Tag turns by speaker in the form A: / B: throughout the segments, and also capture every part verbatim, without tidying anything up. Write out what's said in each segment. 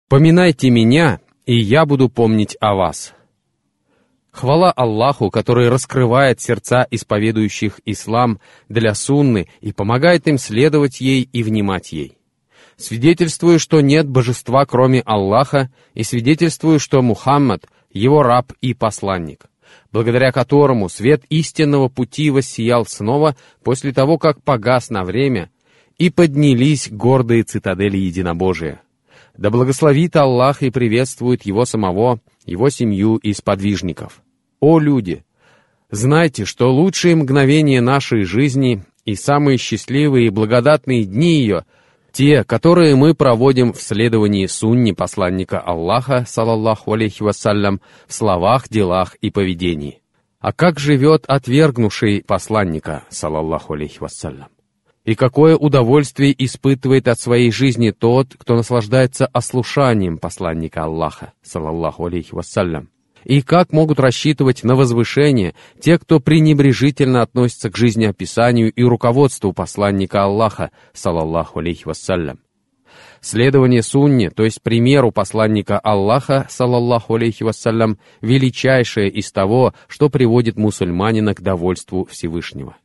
A: «Поминайте меня, и я буду помнить о вас». Хвала Аллаху, который раскрывает сердца исповедующих ислам для сунны и помогает им следовать ей и внимать ей. Свидетельствую, что нет божества, кроме Аллаха, и свидетельствую, что Мухаммад — его раб и посланник, благодаря которому свет истинного пути воссиял снова после того, как погас на время, и поднялись гордые цитадели единобожия. Да благословит Аллах и приветствует Его самого, Его семью и сподвижников. О люди! Знайте, что лучшие мгновения нашей жизни и самые счастливые и благодатные дни ее — те, которые мы проводим в следовании сунне посланника Аллаха, салаллаху алейхи вассалям, в словах, делах и поведении. А как живет отвергнувший посланника, салаллаху алейхи вассалям? И какое удовольствие испытывает от своей жизни тот, кто наслаждается ослушанием посланника Аллаха, салаллаху алейхи вассалям? И как могут рассчитывать на возвышение те, кто пренебрежительно относится к жизнеописанию и руководству посланника Аллаха, салаллаху алейхи вассалям? Следование сунне, то есть примеру посланника Аллаха, салаллаху алейхи вассалям, величайшее из того, что приводит мусульманина к довольству Всевышнего.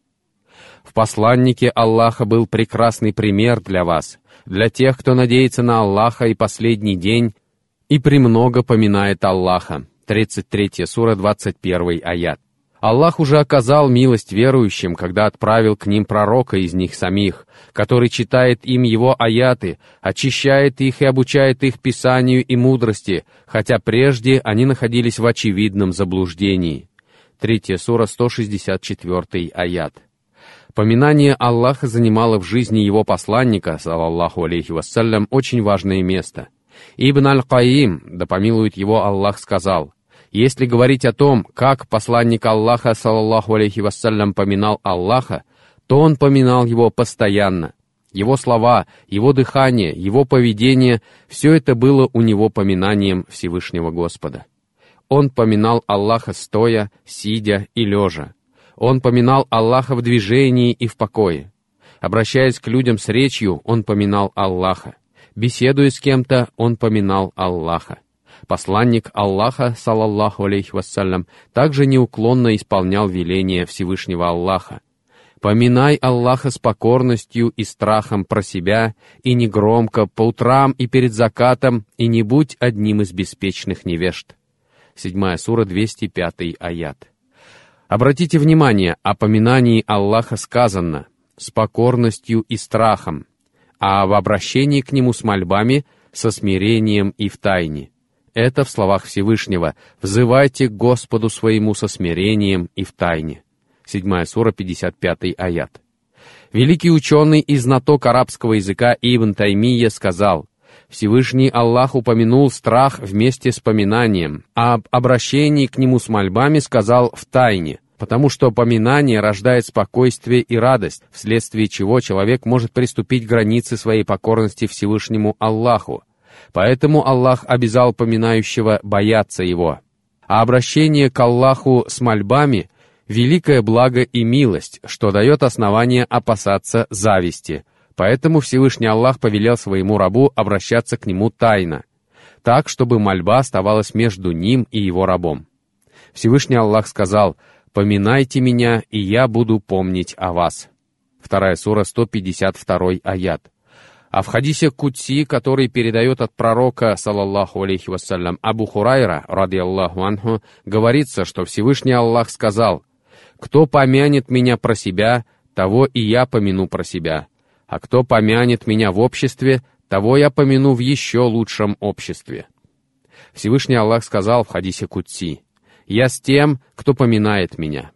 A: В посланнике Аллаха был прекрасный пример для вас, для тех, кто надеется на Аллаха и последний день и премного поминает Аллаха. тридцать третья сура, двадцать первый аят. Аллах уже оказал милость верующим, когда отправил к ним пророка из них самих, который читает им его аяты, очищает их и обучает их писанию и мудрости, хотя прежде они находились в очевидном заблуждении. Третья сура, сто шестьдесят четвёртый аят. Поминание Аллаха занимало в жизни его посланника, салаллаху алейхи вассалям, очень важное место. Ибн аль-Каим, да помилует его Аллах, сказал: «Если говорить о том, как посланник Аллаха, салаллаху алейхи вассалям, поминал Аллаха, то он поминал его постоянно. Его слова, его дыхание, его поведение — все это было у него поминанием Всевышнего Господа. Он поминал Аллаха стоя, сидя и лежа. Он поминал Аллаха в движении и в покое. Обращаясь к людям с речью, он поминал Аллаха. Беседуя с кем-то, он поминал Аллаха. Посланник Аллаха, салаллаху алейхи вассалям, также неуклонно исполнял веления Всевышнего Аллаха. Поминай Аллаха с покорностью и страхом про себя, и негромко, по утрам и перед закатом, и не будь одним из беспечных невежд». Седьмая сура, двести пятый аят. Обратите внимание, о поминании Аллаха сказано «с покорностью и страхом», а в обращении к Нему с мольбами «со смирением и в тайне». Это в словах Всевышнего «взывайте к Господу своему со смирением и в тайне». Седьмая сура, пятьдесят пятый аят. Великий ученый и знаток арабского языка Ибн Таймия сказал: «Всевышний Аллах упомянул страх вместе с поминанием, а об обращении к Нему с мольбами сказал в тайне, потому что поминание рождает спокойствие и радость, вследствие чего человек может приступить к границе своей покорности Всевышнему Аллаху. Поэтому Аллах обязал поминающего бояться Его. А обращение к Аллаху с мольбами — великое благо и милость, что дает основание опасаться зависти. Поэтому Всевышний Аллах повелел своему рабу обращаться к нему тайно, так, чтобы мольба оставалась между ним и его рабом. Всевышний Аллах сказал: «Поминайте меня, и я буду помнить о вас». Вторая сура, сто пятьдесят второй аят. А в хадисе Кудси, который передает от пророка, салаллаху алейхи вассалям, Абу Хурайра, радиаллаху анху, говорится, что Всевышний Аллах сказал: «Кто помянет меня про себя, того и я помяну про себя. А кто помянет меня в обществе, того я помяну в еще лучшем обществе». Всевышний Аллах сказал в хадисе Кудси: «Я с тем, кто поминает меня».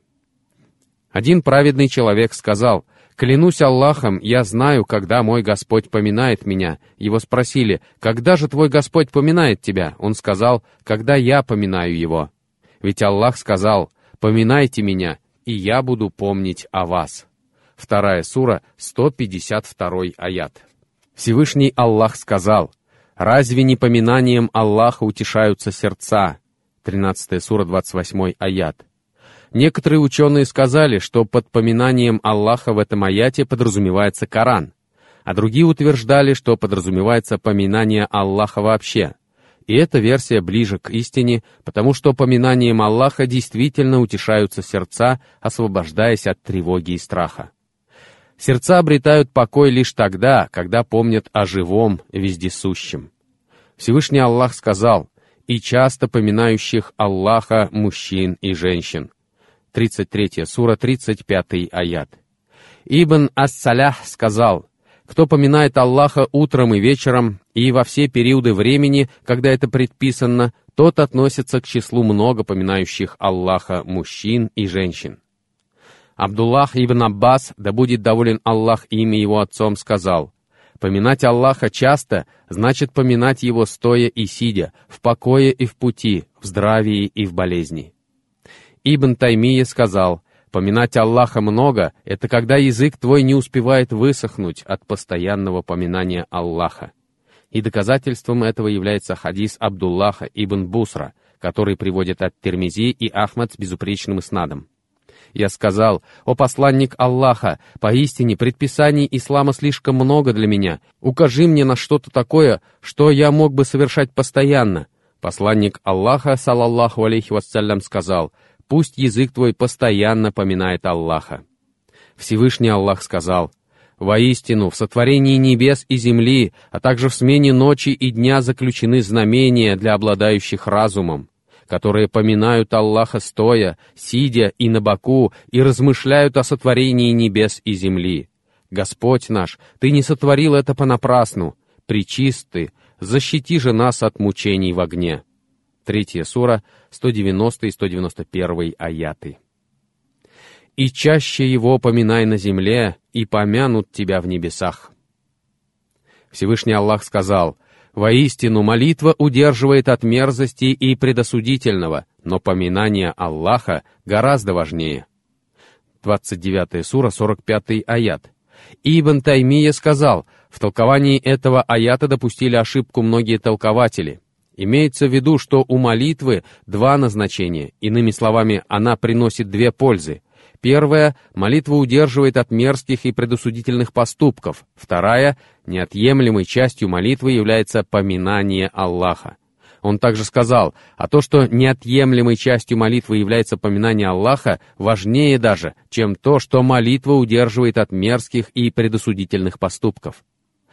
A: Один праведный человек сказал: «Клянусь Аллахом, я знаю, когда мой Господь поминает меня». Его спросили: «Когда же твой Господь поминает тебя?» Он сказал: «Когда я поминаю Его». Ведь Аллах сказал: «Поминайте меня, и я буду помнить о вас». Вторая сура, сто пятьдесят второй аят. Всевышний Аллах сказал: «Разве не поминанием Аллаха утешаются сердца?» Тринадцатая сура, двадцать восьмой аят. Некоторые ученые сказали, что под поминанием Аллаха в этом аяте подразумевается Коран. а другие утверждали, что подразумевается поминание Аллаха вообще. И эта версия ближе к истине, потому что поминанием Аллаха действительно утешаются сердца, освобождаясь от тревоги и страха. Сердца обретают покой лишь тогда, когда помнят о живом, вездесущем. Всевышний Аллах сказал: «И часто поминающих Аллаха мужчин и женщин». тридцать третья сура, тридцать пятый аят. Ибн ас-Салях сказал: «Кто поминает Аллаха утром и вечером, и во все периоды времени, когда это предписано, тот относится к числу много поминающих Аллаха мужчин и женщин». Абдуллах ибн Аббас, да будет доволен Аллах ими его отцом, сказал: «Поминать Аллаха часто значит поминать Его стоя и сидя, в покое и в пути, в здравии и в болезни». Ибн Таймия сказал: «Поминать Аллаха много — это когда язык твой не успевает высохнуть от постоянного поминания Аллаха». И доказательством этого является хадис Абдуллаха ибн Бусра, который приводит от Тирмизи и Ахмад с безупречным иснадом. Я сказал: «О посланник Аллаха, поистине предписаний ислама слишком много для меня. Укажи мне на что-то такое, что я мог бы совершать постоянно». Посланник Аллаха, салаллаху алейхи вассалям, сказал: «Пусть язык твой постоянно поминает Аллаха». Всевышний Аллах сказал: «Воистину, в сотворении небес и земли, а также в смене ночи и дня заключены знамения для обладающих разумом, которые поминают Аллаха стоя, сидя и на боку, и размышляют о сотворении небес и земли. Господь наш, Ты не сотворил это понапрасну, пречист Ты, защити же нас от мучений в огне». Третья сура, сто девяностый и сто девяносто первый аяты. «И чаще его поминай на земле, и помянут тебя в небесах». Всевышний Аллах сказал: «Воистину, молитва удерживает от мерзости и предосудительного, но поминание Аллаха гораздо важнее». двадцать девятая сура, сорок пятый аят. Ибн Таймия сказал: в толковании этого аята допустили ошибку многие толкователи. Имеется в виду, что у молитвы два назначения, иными словами, она приносит две пользы. Первая — молитва удерживает от мерзких и предосудительных поступков. Вторая — неотъемлемой частью молитвы является поминание Аллаха. Он также сказал: а то, что неотъемлемой частью молитвы является поминание Аллаха, важнее даже, чем то, что молитва удерживает от мерзких и предосудительных поступков.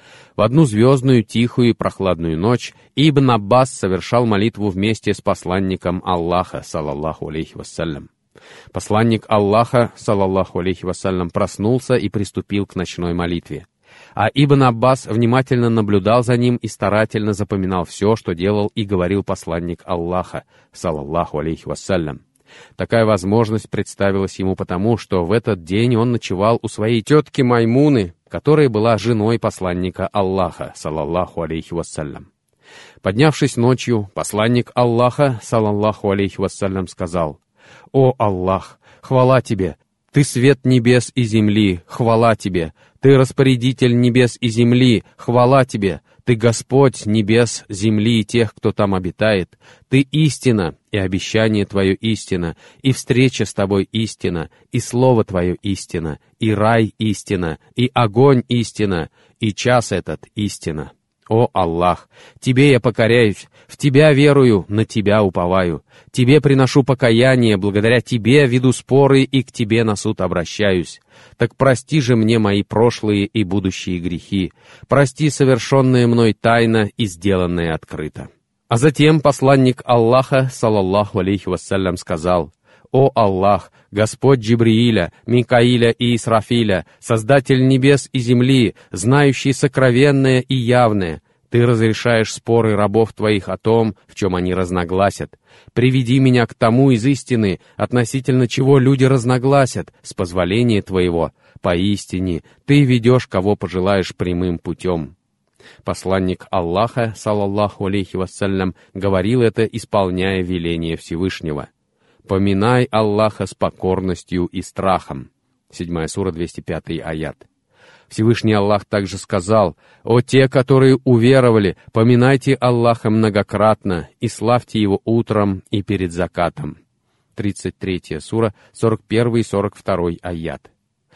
A: В одну звездную, тихую и прохладную ночь Ибн Аббас совершал молитву вместе с посланником Аллаха, салаллаху алейхи вассалям. Посланник Аллаха, салаллаху алейхи вассалям, проснулся и приступил к ночной молитве. А Ибн Аббас внимательно наблюдал за ним и старательно запоминал все, что делал и говорил посланник Аллаха, салаллаху алейхи вассалям. Такая возможность представилась ему потому, что в этот день он ночевал у своей тетки Маймуны, которая была женой посланника Аллаха, салаллаху алейхи вассалям. Поднявшись ночью, посланник Аллаха, салаллаху алейхи вассалям, сказал: «О Аллах, хвала Тебе! Ты свет небес и земли, хвала Тебе! Ты распорядитель небес и земли, хвала Тебе! Ты Господь небес, земли и тех, кто там обитает. Ты истина, и обещание Твое истина, и встреча с Тобой истина, и слово Твое истина, и рай истина, и огонь истина, и час этот истина. О Аллах, Тебе я покоряюсь, в Тебя верую, на Тебя уповаю. Тебе приношу покаяние, благодаря Тебе веду споры и к Тебе на суд обращаюсь. Так прости же мне мои прошлые и будущие грехи, прости совершенное мной тайно и сделанное открыто». А затем посланник Аллаха, салаллаху алейхи вассалям, сказал: «О Аллах, Господь Джибрииля, Микаиля и Исрафиля, Создатель небес и земли, знающий сокровенное и явное, Ты разрешаешь споры рабов Твоих о том, в чем они разногласят. Приведи меня к тому из истины, относительно чего люди разногласят, с позволения Твоего. Поистине, Ты ведешь, кого пожелаешь, прямым путем». Посланник Аллаха, салаллаху алейхи вассалям, говорил это, исполняя веление Всевышнего. «Поминай Аллаха с покорностью и страхом». седьмая сура, двести пятый аят. Всевышний Аллах также сказал: «О те, которые уверовали, поминайте Аллаха многократно и славьте Его утром и перед закатом». тридцать третья сура, сорок первый и сорок второй аят.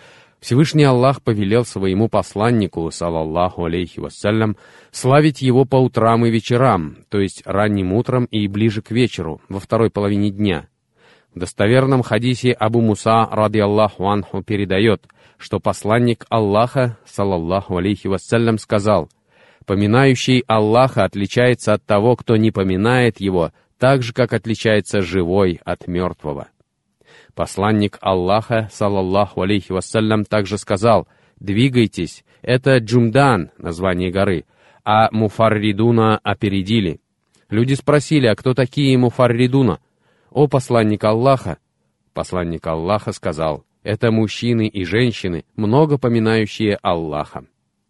A: Всевышний Аллах повелел своему посланнику, салаллаху алейхи вассалям, славить его по утрам и вечерам, то есть ранним утром и ближе к вечеру, во второй половине дня. В достоверном хадисе Абу Муса, ради Аллаху анху, передает, что посланник Аллаха, салаллаху алейхи вассалям, сказал: «Поминающий Аллаха отличается от того, кто не поминает его, так же, как отличается живой от мертвого». Посланник Аллаха, салаллаху алейхи вассалям, также сказал: «Двигайтесь, это Джумдан, название горы, а Муфарридуна опередили». Люди спросили: «А кто такие Муфарридуна?» «О посланник Аллаха!» Посланник Аллаха сказал: «Это мужчины и женщины, много поминающие Аллаха».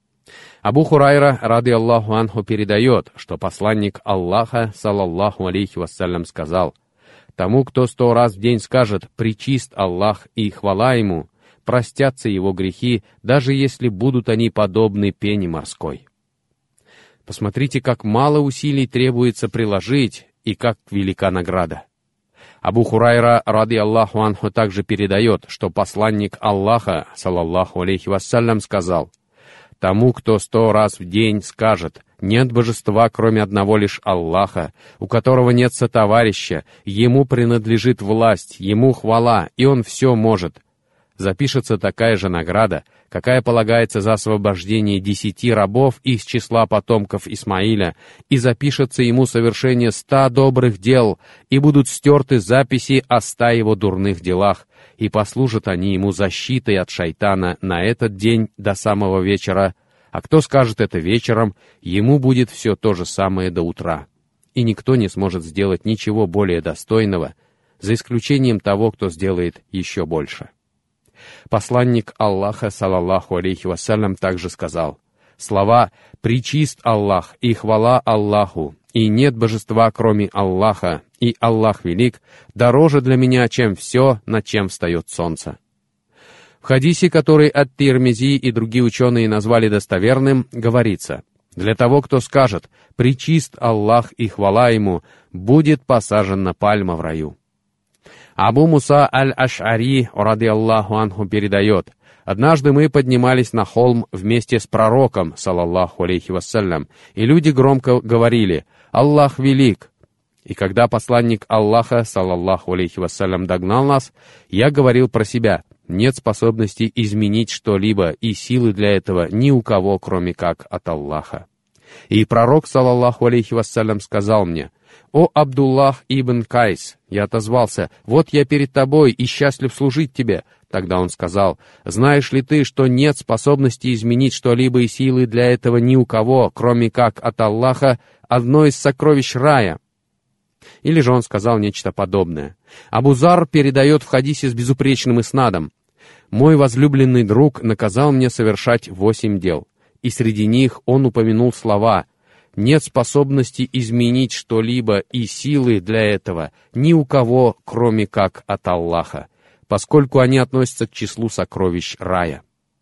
A: Абу Хурайра, ради Аллаху анху, передает, что посланник Аллаха, салаллаху алейхи вассалям, сказал: «Тому, кто сто раз в день скажет «Пречист Аллах» и «Хвала Ему», простятся его грехи, даже если будут они подобны пене морской». Посмотрите, как мало усилий требуется приложить, и как велика награда. Абу Хурайра, ради Аллаху анху, также передает, что посланник Аллаха, салаллаху алейхи вассалям, сказал: «Тому, кто сто раз в день скажет «Нет божества, кроме одного лишь Аллаха, у которого нет сотоварища, ему принадлежит власть, ему хвала, и он все может», запишется такая же награда, какая полагается за освобождение десяти рабов из числа потомков Исмаиля, и запишется ему совершение ста добрых дел, и будут стерты записи о ста его дурных делах, и послужат они ему защитой от шайтана на этот день до самого вечера, а кто скажет это вечером, ему будет все то же самое до утра, и никто не сможет сделать ничего более достойного, за исключением того, кто сделает еще больше. Посланник Аллаха, салаллаху алейхи вассалям, также сказал: «Слова «Пречист Аллах» и «Хвала Аллаху» и «Нет божества, кроме Аллаха» и «Аллах велик» дороже для меня, чем все, над чем встает солнце». В хадисе, который ат-Тирмизи и другие ученые назвали достоверным, говорится: «Для того, кто скажет «Пречист Аллах» и «Хвала Ему», будет посажена пальма в раю». Абу Муса аль-Аш'ари, ради Аллаху анху, передает: «Однажды мы поднимались на холм вместе с пророком, салаллаху алейхи вассалям, и люди громко говорили: «Аллах велик». И когда посланник Аллаха, салаллаху алейхи вассалям, догнал нас, я говорил про себя: нет способности изменить что-либо, и силы для этого ни у кого, кроме как от Аллаха. И пророк, салаллаху алейхи вассалям, сказал мне: «О Абдуллах ибн Кайс!» Я отозвался: «Вот я перед тобой и счастлив служить тебе». Тогда он сказал: «Знаешь ли ты, что нет способности изменить что-либо, и силы для этого ни у кого, кроме как от Аллаха, одно из сокровищ рая?» Или же он сказал нечто подобное. Абу Зар передает в хадисе с безупречным иснадом: «Мой возлюбленный друг наказал мне совершать восемь дел, и среди них он упомянул слова: нет способности изменить что-либо, и силы для этого ни у кого, кроме как от Аллаха, поскольку они относятся к числу сокровищ рая».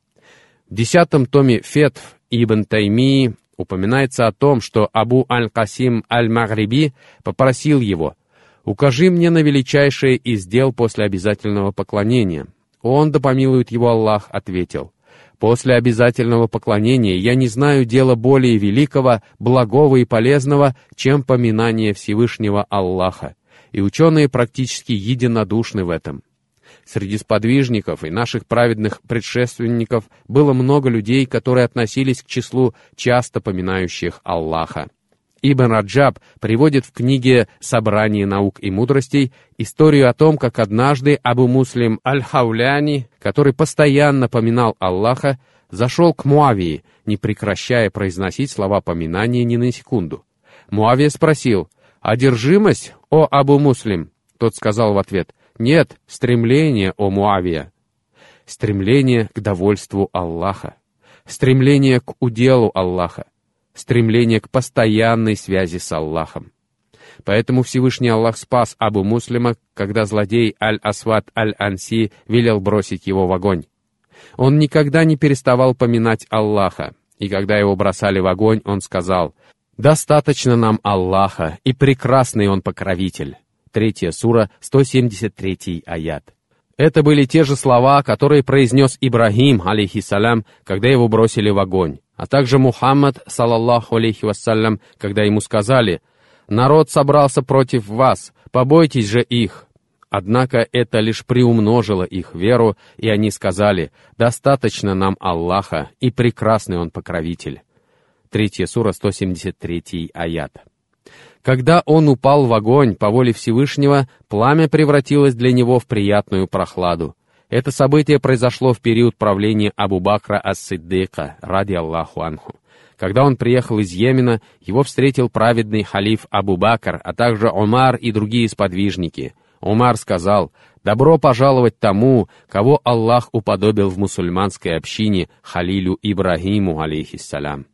A: В десятом томе Фетв Ибн Таймии упоминается о том, что Абу аль-Касим аль-Магриби попросил его: «Укажи мне на величайшее из дел после обязательного поклонения». Он, да помилует его Аллах, ответил: «После обязательного поклонения я не знаю дела более великого, благого и полезного, чем поминание Всевышнего Аллаха, и ученые практически единодушны в этом». Среди сподвижников и наших праведных предшественников было много людей, которые относились к числу часто поминающих Аллаха. Ибн Раджаб приводит в книге «Собрание наук и мудростей» историю о том, как однажды Абу Муслим аль-Хауляни, который постоянно поминал Аллаха, зашел к Муавии, не прекращая произносить слова поминания ни на секунду. Муавия спросил: «Одержимость, о Абу Муслим?» Тот сказал в ответ: «Нет, стремление, о Муавия». Стремление к довольству Аллаха, стремление к уделу Аллаха, стремление к постоянной связи с Аллахом. Поэтому Всевышний Аллах спас Абу Муслима, когда злодей Аль-Асвад Аль-Анси велел бросить его в огонь. Он никогда не переставал поминать Аллаха, и когда его бросали в огонь, он сказал: «Достаточно нам Аллаха, и прекрасный Он покровитель». Третья сура, сто семьдесят третий аят. Это были те же слова, которые произнес Ибрахим, алейхиссалям, когда его бросили в огонь, а также Мухаммад, салаллаху алейхи вассалям, когда ему сказали: «Народ собрался против вас, побойтесь же их». Однако это лишь приумножило их веру, и они сказали: «Достаточно нам Аллаха, и прекрасный Он покровитель». Третья сура, сто семьдесят третий аят. Когда он упал в огонь по воле Всевышнего, пламя превратилось для него в приятную прохладу. Это событие произошло в период правления Абу Бакра ас-Сиддика, ради Аллаху анху. Когда он приехал из Йемена, его встретил праведный халиф Абу Бакр, а также Умар и другие сподвижники. Умар сказал: «Добро пожаловать тому, кого Аллах уподобил в мусульманской общине халилю Ибрагиму, алейхиссалям.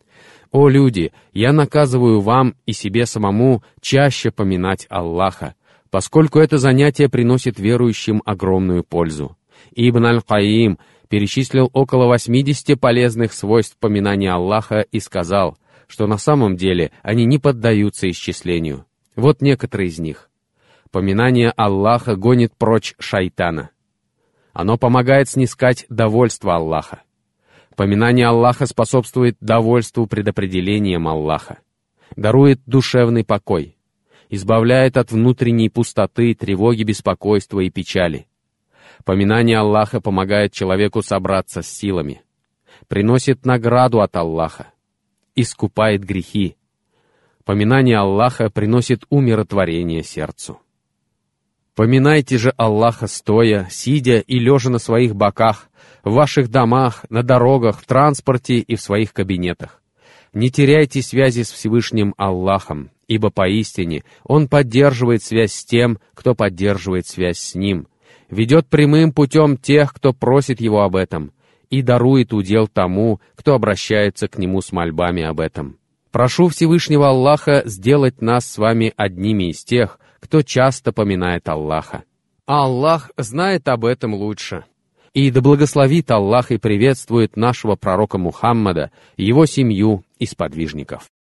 A: О люди, я наказываю вам и себе самому чаще поминать Аллаха, поскольку это занятие приносит верующим огромную пользу». Ибн аль-Каим перечислил около восьмидесяти полезных свойств поминания Аллаха и сказал, что на самом деле они не поддаются исчислению. Вот некоторые из них. Поминание Аллаха гонит прочь шайтана. Оно помогает снискать довольство Аллаха. Поминание Аллаха способствует довольству предопределением Аллаха. Дарует душевный покой. Избавляет от внутренней пустоты, тревоги, беспокойства и печали. Поминание Аллаха помогает человеку собраться с силами. Приносит награду от Аллаха. Искупает грехи. Поминание Аллаха приносит умиротворение сердцу. Поминайте же Аллаха стоя, сидя и лежа на своих боках, в ваших домах, на дорогах, в транспорте и в своих кабинетах. Не теряйте связи с Всевышним Аллахом, ибо поистине Он поддерживает связь с тем, кто поддерживает связь с Ним, ведет прямым путем тех, кто просит Его об этом, и дарует удел тому, кто обращается к Нему с мольбами об этом. Прошу Всевышнего Аллаха сделать нас с вами одними из тех, кто часто поминает Аллаха. А Аллах знает об этом лучше. И да благословит Аллах и приветствует нашего пророка Мухаммада, его семью и сподвижников.